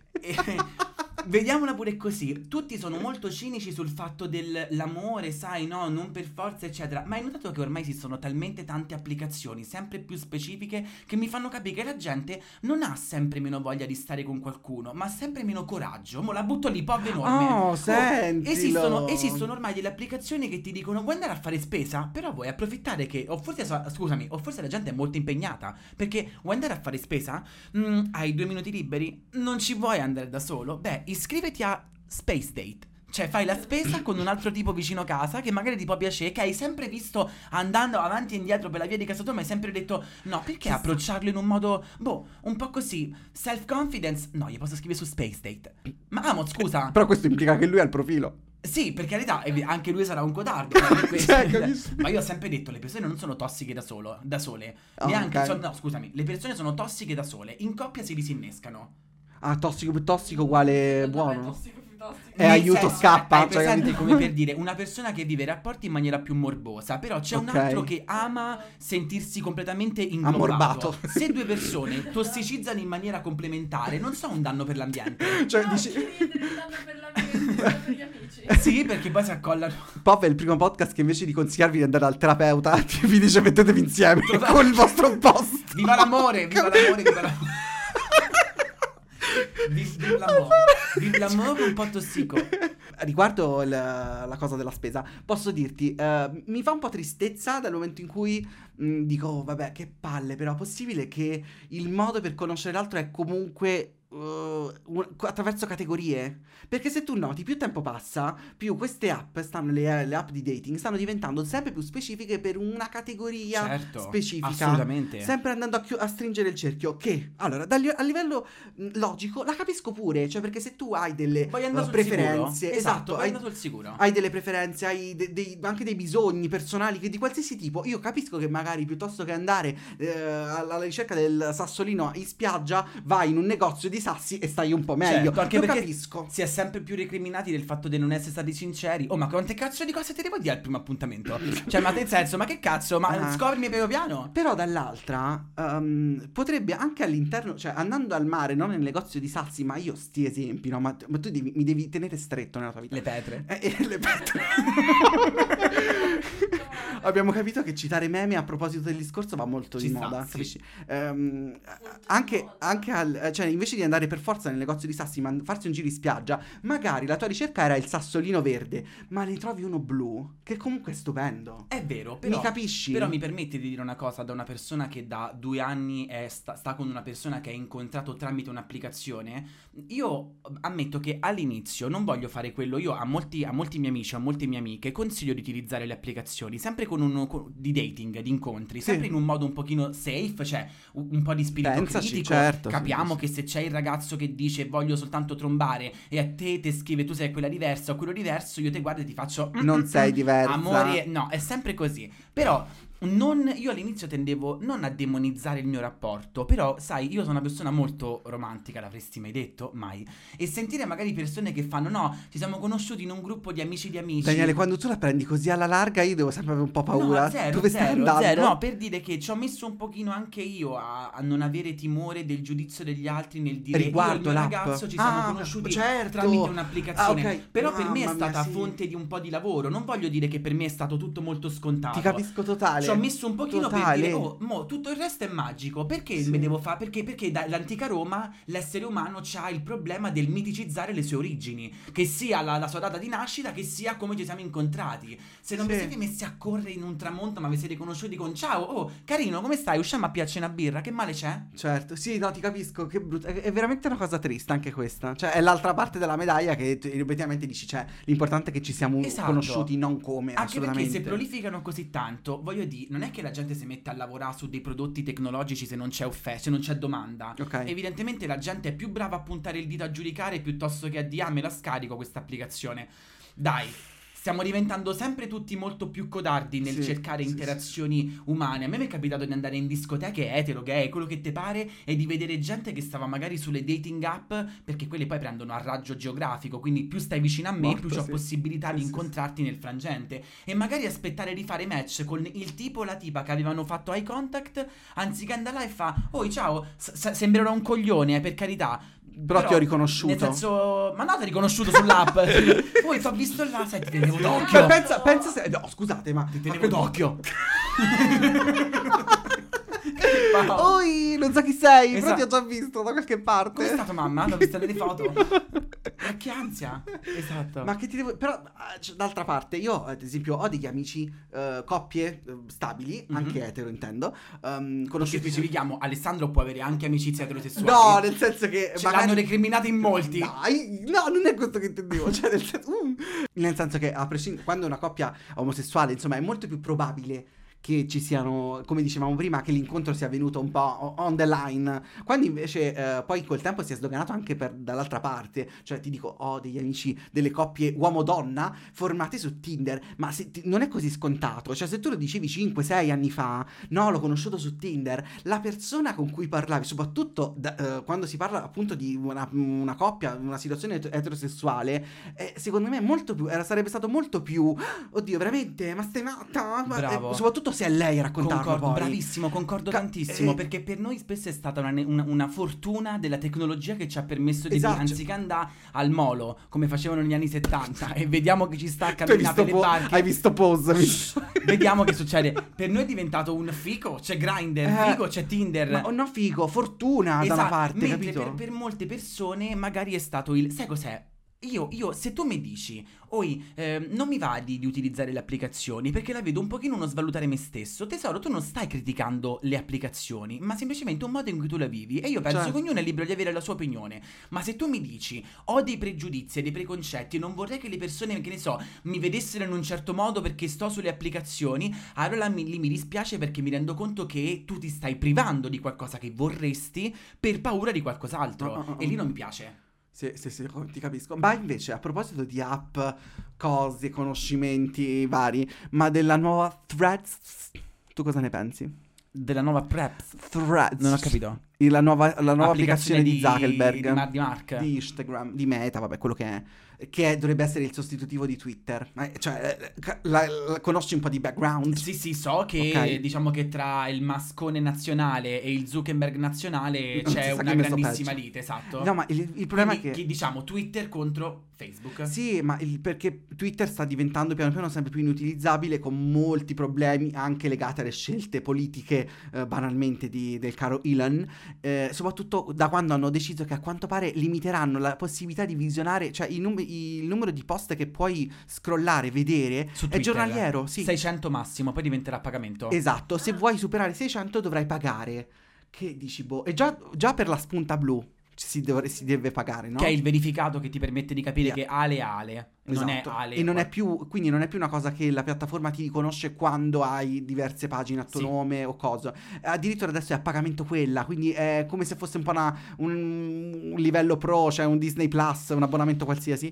Speaker 1: Vediamola pure così. Tutti sono molto cinici sul fatto dell'amore, sai, no, non per forza, eccetera. Ma hai notato che ormai esistono talmente tante applicazioni, sempre più specifiche, che mi fanno capire che la gente non ha sempre meno voglia di stare con qualcuno, ma ha sempre meno coraggio. Mo' la butto lì, pov enorme.
Speaker 2: Oh, sentilo.
Speaker 1: Esistono ormai delle applicazioni che ti dicono vuoi andare a fare spesa? Però vuoi approfittare che, o forse la gente è molto impegnata. Perché vuoi andare a fare spesa? Hai 2 minuti liberi? Non ci vuoi andare da solo? Beh, iscriviti a Space Date. Cioè fai la spesa con un altro tipo vicino casa che magari ti può piacere, che hai sempre visto andando avanti e indietro per la via di casa tua, ma hai sempre detto no, perché approcciarlo in un modo, un po' così, self-confidence? No, gli posso scrivere su Space Date. Ma amo, scusa.
Speaker 2: Però questo implica che lui ha il profilo.
Speaker 1: Sì, per carità, anche lui sarà un codardo.
Speaker 2: Cioè, capisci?
Speaker 1: Ma io ho sempre detto, le persone non sono tossiche da sole.
Speaker 2: Oh,
Speaker 1: Neanche,
Speaker 2: ok.
Speaker 1: no, scusami, le persone sono tossiche da sole. In coppia si disinnescano.
Speaker 2: Ah, tossico più tossico uguale
Speaker 3: Secondo me è
Speaker 2: buono.
Speaker 3: tossico più tossico.
Speaker 2: E aiuto, scappa,
Speaker 1: Hai
Speaker 2: cioè,
Speaker 1: presente
Speaker 2: capito?
Speaker 1: come per dire una persona che vive rapporti in maniera più morbosa, però c'è un
Speaker 2: Ok.
Speaker 1: altro che ama sentirsi completamente inglobato.
Speaker 2: Ammorbato.
Speaker 1: Se 2 persone tossicizzano in maniera complementare, non so un danno per l'ambiente.
Speaker 2: Cioè,
Speaker 3: No,
Speaker 2: dici...
Speaker 3: ci ridi, danno per l'ambiente, danno per gli amici.
Speaker 1: Sì, perché poi si accollano.
Speaker 2: Pop è il primo podcast che invece di consigliarvi di andare al terapeuta vi dice mettetevi insieme con il vostro post.
Speaker 1: Viva l'amore, viva l'amore, viva l'amore. Viva l'amore un po' tossico.
Speaker 2: Riguardo la cosa della spesa, posso dirti, mi fa un po' tristezza dal momento in cui dico, oh, vabbè, che palle, però è possibile che il modo per conoscere l'altro è comunque attraverso categorie. Perché se tu noti, più tempo passa, più queste app le app di dating stanno diventando sempre più specifiche per una categoria
Speaker 1: Certo,
Speaker 2: specifica.
Speaker 1: assolutamente.
Speaker 2: Sempre andando a stringere il cerchio. Che allora, a livello logico, la capisco pure. Cioè, perché se tu hai delle
Speaker 1: Vuoi andare sul
Speaker 2: preferenze,
Speaker 1: sicuro?
Speaker 2: esatto,
Speaker 1: vuoi
Speaker 2: hai,
Speaker 1: andare sul sicuro.
Speaker 2: hai delle preferenze, hai anche dei bisogni personali che di qualsiasi tipo. Io capisco che magari piuttosto che andare alla ricerca del sassolino in spiaggia, vai in un negozio di sassi e stai un po' meglio.
Speaker 1: Certo, anche
Speaker 2: Lo
Speaker 1: perché
Speaker 2: capisco.
Speaker 1: si è sempre più recriminati del fatto di non essere stati sinceri. Oh, ma quante cazzo di cose te devo dire al primo appuntamento? Cioè, ma nel senso, ma che cazzo? Ma
Speaker 2: Ah.
Speaker 1: scoprimi piano piano.
Speaker 2: Però dall'altra potrebbe anche all'interno, cioè andando al mare, non nel negozio di sassi, ma io sti esempi, no? Ma tu mi devi tenere stretto nella tua vita.
Speaker 1: Le petre.
Speaker 2: Le petre. abbiamo capito che citare meme a proposito del discorso va molto
Speaker 1: Ci
Speaker 2: di
Speaker 1: sta,
Speaker 2: moda,
Speaker 1: sì.
Speaker 2: capisci?
Speaker 3: Molto
Speaker 2: Anche,
Speaker 3: di moda.
Speaker 2: cioè, invece di andare per forza nel negozio di sassi, farsi un giro in spiaggia, magari la tua ricerca era il sassolino verde, ma ne trovi uno blu, che comunque è stupendo.
Speaker 1: È vero, però
Speaker 2: Mi capisci?
Speaker 1: Però mi permetti di dire una cosa da una persona che da 2 anni sta con una persona che ha incontrato tramite un'applicazione. Io ammetto che all'inizio non voglio fare quello. Io a molti miei amici, a molte mie amiche consiglio di utilizzare le applicazioni sempre di dating, di incontri,
Speaker 2: Sì.
Speaker 1: sempre in un modo un pochino safe, cioè un po' di spirito
Speaker 2: Pensaci,
Speaker 1: critico.
Speaker 2: certo, sì,
Speaker 1: Capiamo
Speaker 2: sì.
Speaker 1: che se c'è il ragazzo che dice voglio soltanto trombare e a te scrive tu sei quella diversa o quello diverso, io te guardo e ti faccio
Speaker 2: Non sei diversa.
Speaker 1: amore, no, è sempre così. Però io all'inizio tendevo non a demonizzare il mio rapporto, però sai, io sono una persona molto romantica, l'avresti mai detto? Mai. E sentire magari persone che fanno no, ci siamo conosciuti in un gruppo di amici di amici.
Speaker 2: Daniele, quando tu la prendi così alla larga, io devo sempre avere un po' paura.
Speaker 1: No, zero,
Speaker 2: Dove stai
Speaker 1: zero,
Speaker 2: andando?
Speaker 1: zero. No, per dire che ci ho messo un pochino anche io a non avere timore del giudizio degli altri nel dire
Speaker 2: Riguardo
Speaker 1: io e il mio
Speaker 2: l'app.
Speaker 1: ragazzo ci siamo
Speaker 2: Ah,
Speaker 1: conosciuti
Speaker 2: certo.
Speaker 1: tramite un'applicazione.
Speaker 2: Ah, ok.
Speaker 1: Però per me è
Speaker 2: Mamma mia,
Speaker 1: stata
Speaker 2: sì.
Speaker 1: fonte di un po' di lavoro. Non voglio dire che per me è stato tutto molto scontato.
Speaker 2: Ti capisco totale.
Speaker 1: Ci ho messo un pochino per
Speaker 2: Totale.
Speaker 1: dire, oh, mo, tutto il resto è magico. Perché
Speaker 2: Sì.
Speaker 1: me devo fare? Perché dall'antica Roma l'essere umano ha il problema del miticizzare le sue origini. Che sia la sua data di nascita, che sia come ci siamo incontrati. Se non
Speaker 2: Sì.
Speaker 1: vi siete messi a correre in un tramonto, ma vi siete conosciuti con ciao, oh, carino, come stai? Usciamo a piacere una birra, che male c'è?
Speaker 2: Certo, sì, no, ti capisco, che brutto. È veramente una cosa triste anche questa. Cioè, è l'altra parte della medaglia che obiettivamente dici, cioè, l'importante è che ci siamo
Speaker 1: Esatto.
Speaker 2: conosciuti, non come,
Speaker 1: Anche perché
Speaker 2: assolutamente.
Speaker 1: se prolificano così tanto, voglio dire, non è che la gente si mette a lavorare su dei prodotti tecnologici se non c'è se non c'è domanda.
Speaker 2: Ok.
Speaker 1: Evidentemente la gente è più brava a puntare il dito a giudicare piuttosto che a dire ah, me la scarico questa applicazione. Dai, stiamo diventando sempre tutti molto più codardi nel
Speaker 2: Sì,
Speaker 1: cercare
Speaker 2: sì,
Speaker 1: interazioni umane. A me mi è capitato di andare in discoteche etero, gay, quello che te pare, e di vedere gente che stava magari sulle dating app, perché quelle poi prendono a raggio geografico, quindi più stai vicino a me,
Speaker 2: Morto,
Speaker 1: più ho
Speaker 2: sì.
Speaker 1: possibilità
Speaker 2: Sì,
Speaker 1: di
Speaker 2: sì,
Speaker 1: incontrarti nel frangente. E magari aspettare di fare match con il tipo o la tipa che avevano fatto eye contact, anziché andare là e fa oh ciao, sembrerò un coglione, per carità.
Speaker 2: Però ti ho riconosciuto.
Speaker 1: Nel senso, ma no, ti ho riconosciuto sull'app. Poi ti ho visto là, sai, ti tenevo d'occhio.
Speaker 2: Pensa se... No, scusate, ma...
Speaker 1: Ti tenevo d'occhio.
Speaker 2: Oi, non so chi sei, però
Speaker 1: Esatto.
Speaker 2: ti ho già visto da qualche parte.
Speaker 1: Come è stato, mamma? L'ho vista delle foto. Ma che ansia. Esatto.
Speaker 2: Ma che ti devo... Però, d'altra parte, io, ad esempio, ho degli amici, coppie stabili,
Speaker 1: Mhm.
Speaker 2: anche etero, intendo,
Speaker 1: Conosci
Speaker 2: conosciuti...
Speaker 1: specifichiamo, Alessandro può avere anche amicizie eterosessuali.
Speaker 2: No, nel senso che...
Speaker 1: Ce l'hanno recriminate in molti.
Speaker 2: Dai, no, non è questo che intendevo. Cioè, nel senso che, a prescindere, quando è una coppia omosessuale, insomma, è molto più probabile che ci siano, come dicevamo prima, che l'incontro sia avvenuto un po' on the line. Quando invece poi col tempo si è sdoganato anche dall'altra parte. Cioè, ti dico, ho degli amici, delle coppie uomo-donna formate su Tinder, ma non è così scontato. Cioè, se tu lo dicevi 5-6 anni fa, no, l'ho conosciuto su Tinder, la persona con cui parlavi, soprattutto quando si parla appunto di una coppia, una situazione eterosessuale, secondo me molto più, sarebbe stato molto più, oddio, veramente, ma stai matta?
Speaker 1: Bravo.
Speaker 2: Soprattutto se è lei a raccontarlo
Speaker 1: Concordo,
Speaker 2: poi.
Speaker 1: bravissimo, concordo tantissimo, perché per noi spesso è stata una fortuna della tecnologia che ci ha permesso di
Speaker 2: Esatto.
Speaker 1: dire, anziché andare al molo come facevano negli anni 70 e vediamo che ci sta a
Speaker 2: Tu hai
Speaker 1: camminare
Speaker 2: visto,
Speaker 1: le barche.
Speaker 2: hai visto Pose?
Speaker 1: Vediamo che succede. Per noi è diventato un fico, c'è Grindr, figo, c'è Tinder.
Speaker 2: Ma no, figo, fortuna da una
Speaker 1: Esatto,
Speaker 2: parte,
Speaker 1: mentre
Speaker 2: capito?
Speaker 1: per molte persone magari è stato il... Sai cos'è? Io, se tu mi dici, non mi va di utilizzare le applicazioni perché la vedo un pochino uno svalutare me stesso, tesoro, tu non stai criticando le applicazioni, ma semplicemente un modo in cui tu la vivi. E io penso
Speaker 2: Certo.
Speaker 1: che ognuno è libero di avere la sua opinione. Ma se tu mi dici, ho dei pregiudizi e dei preconcetti, non vorrei che le persone, che ne so, mi vedessero in un certo modo perché sto sulle applicazioni, allora lì mi dispiace perché mi rendo conto che tu ti stai privando di qualcosa che vorresti per paura di qualcos'altro. E lì non mi piace.
Speaker 2: Sì, ti capisco. Ma invece, a proposito di app, cose, conoscimenti vari, ma della nuova Threads, tu cosa ne pensi?
Speaker 1: Della nuova Preps.
Speaker 2: Threads.
Speaker 1: Non ho capito.
Speaker 2: La nuova applicazione di Zuckerberg.
Speaker 1: di Mark.
Speaker 2: Di Instagram, di Meta, vabbè, quello che dovrebbe essere il sostitutivo di Twitter. Cioè, conosci un po' di background?
Speaker 1: Sì, so che
Speaker 2: Ok.
Speaker 1: diciamo che tra il mascone nazionale e il Zuckerberg nazionale
Speaker 2: Non
Speaker 1: c'è
Speaker 2: si sa
Speaker 1: una
Speaker 2: chi è messo
Speaker 1: grandissima
Speaker 2: peggio.
Speaker 1: lite, esatto.
Speaker 2: No, ma il problema è
Speaker 1: Quindi,
Speaker 2: che...
Speaker 1: diciamo Twitter contro Facebook.
Speaker 2: Sì, ma perché Twitter sta diventando piano piano sempre più inutilizzabile, con molti problemi anche legati alle scelte politiche, banalmente del caro Elon, soprattutto da quando hanno deciso che a quanto pare limiteranno la possibilità di visionare, cioè il numero di post che puoi scrollare, vedere,
Speaker 1: Su
Speaker 2: è
Speaker 1: Twitter.
Speaker 2: giornaliero, sì.
Speaker 1: 600 massimo, poi diventerà a pagamento.
Speaker 2: Esatto, se vuoi superare i 600 dovrai pagare. Che dici, boh, e già per la spunta blu si deve pagare, no?
Speaker 1: Che è il verificato che ti permette di capire
Speaker 2: Yeah.
Speaker 1: che Ale è Ale, non è
Speaker 2: Esatto.
Speaker 1: Ale.
Speaker 2: E non è più, quindi non è più una cosa che la piattaforma ti riconosce quando hai diverse pagine a tuo
Speaker 1: Sì.
Speaker 2: nome o cosa. Addirittura adesso è a pagamento quella, quindi è come se fosse un po' un livello pro, cioè un Disney Plus, un abbonamento qualsiasi.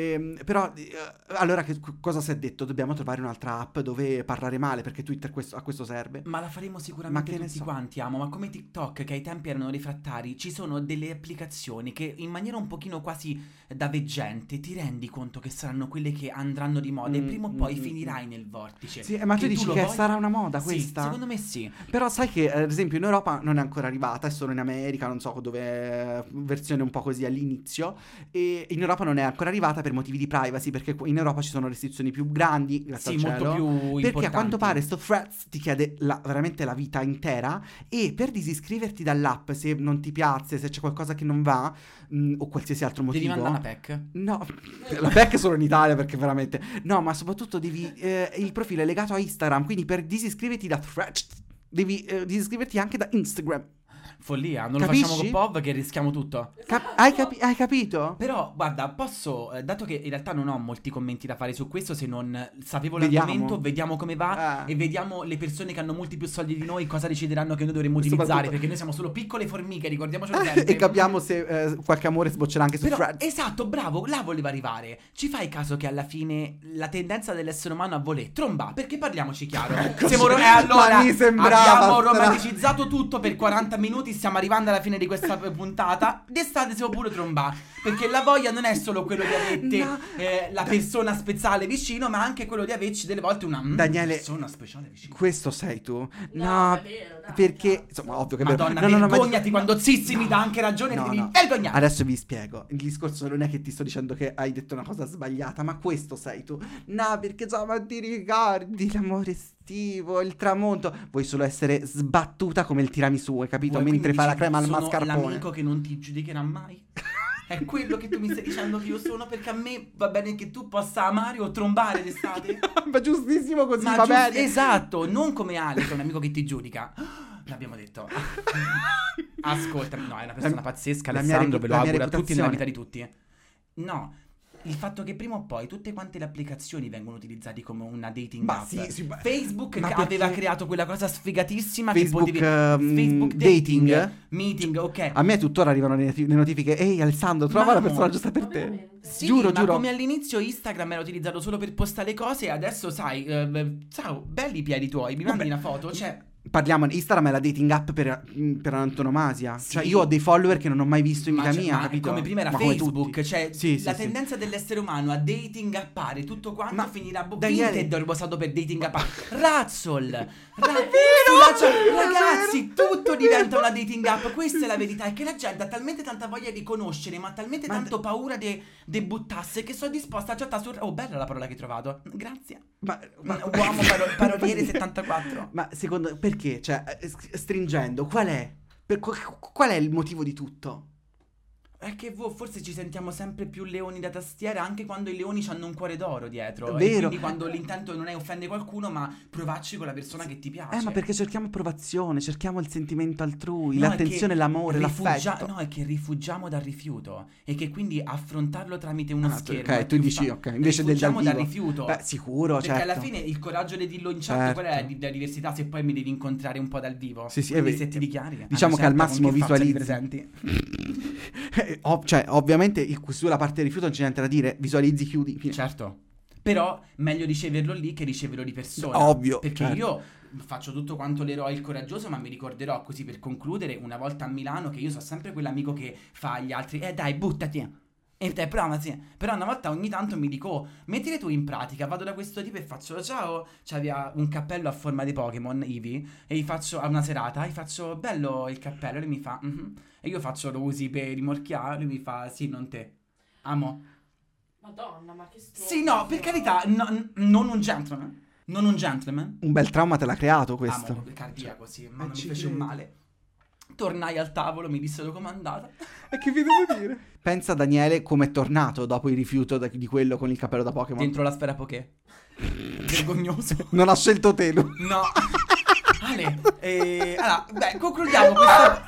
Speaker 2: Però allora cosa si è detto? Dobbiamo trovare un'altra app dove parlare male, perché Twitter a questo serve.
Speaker 1: Ma la faremo
Speaker 2: Ma
Speaker 1: sicuramente
Speaker 2: che ne
Speaker 1: tutti
Speaker 2: so.
Speaker 1: quanti, amo. Ma come TikTok, che ai tempi erano refrattari, ci sono delle applicazioni che in maniera un pochino quasi da veggente ti rendi conto che saranno quelle che andranno di moda e prima o poi finirai nel vortice.
Speaker 2: Sì, ma tu dici
Speaker 1: lo
Speaker 2: che
Speaker 1: voglia-
Speaker 2: sarà una moda
Speaker 1: Sì,
Speaker 2: questa?
Speaker 1: secondo me sì.
Speaker 2: Però sai che ad esempio in Europa non è ancora arrivata, è solo in America, non so dove è, versione un po' così all'inizio, e in Europa non è ancora arrivata per motivi di privacy, perché in Europa ci sono restrizioni più grandi, grazie
Speaker 1: Sì,
Speaker 2: al
Speaker 1: molto
Speaker 2: cielo,
Speaker 1: più
Speaker 2: perché a
Speaker 1: importanti.
Speaker 2: quanto pare sto Threads ti chiede veramente la vita intera, e per disiscriverti dall'app se non ti piace, se c'è qualcosa che non va, o qualsiasi altro
Speaker 1: Devi
Speaker 2: motivo.
Speaker 1: mandare una pack.
Speaker 2: No, la PEC è solo in Italia perché veramente... No, ma soprattutto il profilo è legato a Instagram, quindi per disiscriverti da Threads devi disiscriverti anche da Instagram.
Speaker 1: Follia, non lo
Speaker 2: Capisci?
Speaker 1: facciamo con POV che rischiamo tutto.
Speaker 2: Hai capito?
Speaker 1: Però, guarda, posso, dato che in realtà non ho molti commenti da fare su questo, se non sapevo
Speaker 2: Vediamo.
Speaker 1: l'argomento, vediamo come va
Speaker 2: Eh.
Speaker 1: e vediamo le persone che hanno molti più soldi di noi cosa decideranno che noi dovremmo
Speaker 2: Soprattutto-
Speaker 1: utilizzare, perché noi siamo solo piccole formiche, ricordiamocelo sempre.
Speaker 2: E capiamo se qualche amore sboccerà anche su
Speaker 1: Però,
Speaker 2: Threads.
Speaker 1: esatto, bravo, là voleva arrivare. Ci fai caso che alla fine la tendenza dell'essere umano a voler tromba? Perché parliamoci chiaro. Allora,
Speaker 2: Ma mi sembrava
Speaker 1: abbiamo
Speaker 2: stra-
Speaker 1: romanticizzato tutto per 40 minuti, stiamo arrivando alla fine di questa puntata. D'estate siamo pure trombà, perché la voglia non è solo quello di averti
Speaker 2: No.
Speaker 1: la persona speciale vicino, ma anche quello di averci delle volte una
Speaker 2: Daniele,
Speaker 1: persona speciale vicino.
Speaker 2: Questo sei tu?
Speaker 3: No, è vero, dai,
Speaker 2: perché...
Speaker 3: cazzo.
Speaker 2: Insomma, ovvio che è vero.
Speaker 1: Madonna,
Speaker 2: No, no, no, ma-
Speaker 1: vergognati quando Zizzi mi dà anche ragione,
Speaker 2: No,
Speaker 1: ti devi
Speaker 2: no.
Speaker 1: vergognare.
Speaker 2: Adesso vi spiego. Il discorso non è che ti sto dicendo che hai detto una cosa sbagliata, ma questo sei tu. No, perché ma ti ricordi l'amore estivo, il tramonto. Vuoi solo essere sbattuta come il tiramisù, hai capito?
Speaker 1: Vuoi
Speaker 2: Mentre
Speaker 1: quindi
Speaker 2: fa la
Speaker 1: dici,
Speaker 2: crema al
Speaker 1: sono
Speaker 2: mascarpone.
Speaker 1: l'amico che non ti giudicherà mai? È quello che tu mi stai dicendo che io sono, perché a me va bene che tu possa amare o trombare d'estate?
Speaker 2: Ma giustissimo così,
Speaker 1: Ma
Speaker 2: va
Speaker 1: giusto-
Speaker 2: bene.
Speaker 1: esatto, non come Ale, che è un amico che ti giudica. L'abbiamo detto. Ascolta, no, è una persona pazzesca,
Speaker 2: la mia
Speaker 1: Alessandro, ve lo
Speaker 2: la mia
Speaker 1: auguro a tutti nella vita
Speaker 2: reputazione.
Speaker 1: di tutti. No, il fatto che prima o poi tutte quante le applicazioni vengono utilizzate come una dating
Speaker 2: Ma
Speaker 1: app.
Speaker 2: sì, ma-
Speaker 1: Facebook
Speaker 2: ma
Speaker 1: che
Speaker 2: perché-
Speaker 1: aveva creato quella cosa sfigatissima
Speaker 2: Facebook,
Speaker 1: che potevi Facebook
Speaker 2: dating?
Speaker 1: meeting, ok.
Speaker 2: A me tuttora arrivano le notifiche. Ehi Alessandro, trova la
Speaker 1: Mamma,
Speaker 2: persona giusta per
Speaker 3: Ma
Speaker 2: te.
Speaker 3: veramente?
Speaker 1: Sì,
Speaker 2: Giuro,
Speaker 1: ma
Speaker 2: giuro.
Speaker 1: come all'inizio Instagram era utilizzato solo per postare le cose, e adesso sai, ciao, belli i piedi tuoi, mi mandi
Speaker 2: Vabbè.
Speaker 1: una foto, cioè...
Speaker 2: Parliamo, Instagram è la dating app per antonomasia.
Speaker 1: Sì.
Speaker 2: Cioè io ho dei follower che non ho mai visto in
Speaker 1: Ma
Speaker 2: vita
Speaker 1: cioè,
Speaker 2: mia,
Speaker 1: ma
Speaker 2: capito?
Speaker 1: come prima era
Speaker 2: Ma come
Speaker 1: Facebook,
Speaker 2: tutti.
Speaker 1: cioè
Speaker 2: Sì, sì,
Speaker 1: la
Speaker 2: sì.
Speaker 1: tendenza dell'essere umano a dating appare tutto quanto
Speaker 2: Ma
Speaker 1: finirà
Speaker 2: Daniele-
Speaker 1: Vinted è usato per dating appare. Razzle,
Speaker 2: vero,
Speaker 1: ragazzi, tutto diventa una dating app. Questa è la verità, è che la gente ha talmente tanta voglia di conoscere, ma ha talmente
Speaker 2: Ma-
Speaker 1: tanto paura di buttasse, che sono disposta a chattare su... Oh, bella la parola che hai trovato, grazie.
Speaker 2: Ma
Speaker 1: Uomo paroliere 74.
Speaker 2: Ma secondo perché? Cioè, stringendo, qual è? Qual è il motivo di tutto?
Speaker 1: È che forse ci sentiamo sempre più leoni da tastiera, anche quando i leoni hanno un cuore d'oro dietro.
Speaker 2: Vero.
Speaker 1: E quindi quando l'intento non è offendere qualcuno, ma provarci con la persona che ti piace.
Speaker 2: Ma perché cerchiamo approvazione, cerchiamo il sentimento altrui,
Speaker 1: No, è
Speaker 2: l'attenzione,
Speaker 1: che
Speaker 2: l'amore, l'affetto.
Speaker 1: No, è che rifugiamo dal rifiuto. E che quindi affrontarlo tramite uno schermo.
Speaker 2: Ok,
Speaker 1: è
Speaker 2: tu
Speaker 1: più
Speaker 2: dici, ok, invece del dal
Speaker 1: rifugiamo dal
Speaker 2: vivo.
Speaker 1: rifiuto.
Speaker 2: Beh, sicuro,
Speaker 1: Perché
Speaker 2: certo.
Speaker 1: alla fine il coraggio di dirlo in chat,
Speaker 2: Certo.
Speaker 1: qual è la diversità se poi mi devi incontrare un po' dal vivo?
Speaker 2: Sì, sì,
Speaker 1: Quindi
Speaker 2: è
Speaker 1: se ti dichiari.
Speaker 2: diciamo che al
Speaker 1: certa,
Speaker 2: massimo
Speaker 1: con che faccia li
Speaker 2: visualizzi.
Speaker 1: presenti?
Speaker 2: Cioè, ovviamente sulla parte del rifiuto non c'è niente da dire, visualizzi, chiudi. fine.
Speaker 1: Certo. Però meglio riceverlo lì che riceverlo di persona.
Speaker 2: Ovvio,
Speaker 1: Perché
Speaker 2: certo.
Speaker 1: io faccio tutto quanto l'eroe, il coraggioso, ma mi ricorderò così per concludere una volta a Milano che io sono sempre quell'amico che fa agli altri dai buttati e te provaci. Però una volta ogni tanto mi dico mettile tu in pratica, vado da questo tipo e faccio ciao, c'aveva un cappello a forma di Pokémon Eevee e gli faccio a una serata, gli faccio bello il cappello e lui mi fa e io faccio lo usi per rimorchiare, lui mi fa sì non te, amo.
Speaker 3: Madonna, ma che sto...
Speaker 1: Sì no, per carità, non un gentleman. Non un gentleman.
Speaker 2: Un bel trauma te l'ha creato questo.
Speaker 1: Amo, cardiaco, sì, ma non mi
Speaker 2: ci
Speaker 1: fece un
Speaker 2: credo.
Speaker 1: male. Tornai al tavolo, mi dissero com'è andata.
Speaker 2: E che vi devo dire? Pensa Daniele come è tornato dopo il rifiuto di quello con il cappello da Pokémon.
Speaker 1: Dentro la sfera Poké. Vergognoso.
Speaker 2: Non ha scelto te, lui.
Speaker 1: No. Ale, allora, beh, concludiamo questa...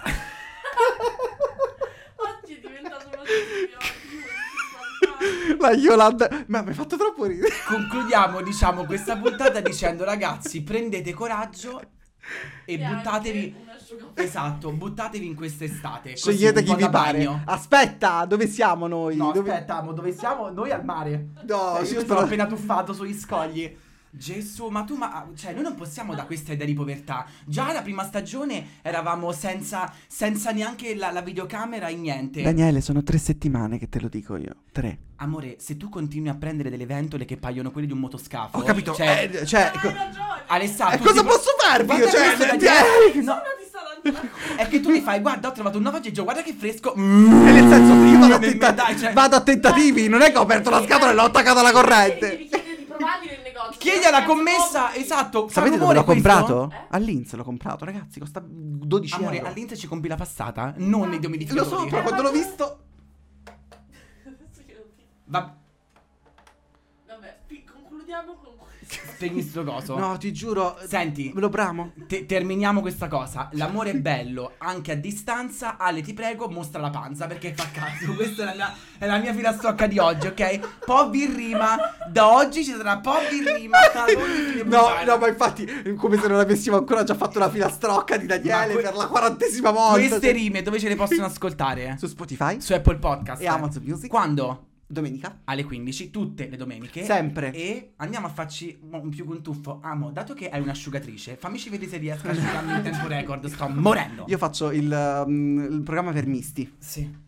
Speaker 3: Oggi è diventato uno studio.
Speaker 2: La Yolanda. Ma mi hai fatto troppo ridere.
Speaker 1: Concludiamo, diciamo, questa puntata dicendo ragazzi, prendete coraggio e buttatevi... Esatto, buttatevi in quest'estate. Così,
Speaker 2: Scegliete
Speaker 1: un
Speaker 2: chi
Speaker 1: po'
Speaker 2: vi
Speaker 1: da
Speaker 2: pare.
Speaker 1: bagno.
Speaker 2: Aspetta, dove siamo noi?
Speaker 1: No,
Speaker 2: Dove...
Speaker 1: aspetta, dove siamo? Noi al mare.
Speaker 2: No,
Speaker 1: Io
Speaker 2: sì,
Speaker 1: sono appena tuffato sugli scogli. Gesù, cioè noi non possiamo da questa idea di povertà. Già la prima stagione eravamo senza neanche la videocamera e niente.
Speaker 2: Daniele, sono 3 settimane che te lo dico io. 3.
Speaker 1: Amore, se tu continui a prendere delle ventole che paiono quelle di un motoscafo.
Speaker 2: Ho capito.
Speaker 1: Cioè,
Speaker 3: Hai ragione.
Speaker 1: Alessandro,
Speaker 2: cosa posso farvi?
Speaker 1: Guarda
Speaker 2: Cioè,
Speaker 1: questo,
Speaker 2: Daniele,
Speaker 1: no,
Speaker 3: Ti sta dando la
Speaker 1: è che tu mi fai, guarda, ho trovato un nuovo aggeggio, guarda che fresco.
Speaker 2: E nel senso, io vado a,
Speaker 1: Dai, cioè-
Speaker 2: vado a tentativi. Non è che ho aperto la scatola e l'ho attaccata alla corrente.
Speaker 3: Devi chiedere di provarli nel negozio.
Speaker 1: Chiedi alla commessa, esatto. fa
Speaker 2: Sapete dove
Speaker 1: rumore
Speaker 2: l'ho
Speaker 1: questo?
Speaker 2: comprato?
Speaker 3: Eh?
Speaker 2: All'Inz l'ho comprato, ragazzi. Costa 12
Speaker 1: Amore,
Speaker 2: euro.
Speaker 1: all'Inter ci compri la passata, non nei
Speaker 2: Lo
Speaker 1: dominicani.
Speaker 2: so, però quando l'ho visto.
Speaker 3: Adesso che non ti...
Speaker 1: Va,
Speaker 3: Vabbè, concludiamo con questo.
Speaker 1: spegni sto coso.
Speaker 2: No, ti giuro.
Speaker 1: Senti,
Speaker 2: Ve lo bramo.
Speaker 1: terminiamo questa cosa. L'amore è bello anche a distanza. Ale, ti prego, mostra la panza perché fa caso. Questa è la mia filastrocca di oggi, ok? Po' birrima. Da oggi ci sarà po' birrima.
Speaker 2: No, ma infatti, come se non avessimo ancora già fatto la filastrocca di Daniele
Speaker 1: Ma
Speaker 2: per la 40ª volta.
Speaker 1: Queste rime dove ce le possono ascoltare?
Speaker 2: Su Spotify
Speaker 1: Su Apple Podcast
Speaker 2: e Amazon Music.
Speaker 1: Quando?
Speaker 2: Domenica.
Speaker 1: Alle 15, tutte le domeniche.
Speaker 2: Sempre.
Speaker 1: E andiamo a farci un più un tuffo. Amo, dato che hai un'asciugatrice, fammici vedere se riesco a asciugarmi in tempo record. Sto morendo.
Speaker 2: Io faccio il programma per misti.
Speaker 1: Sì.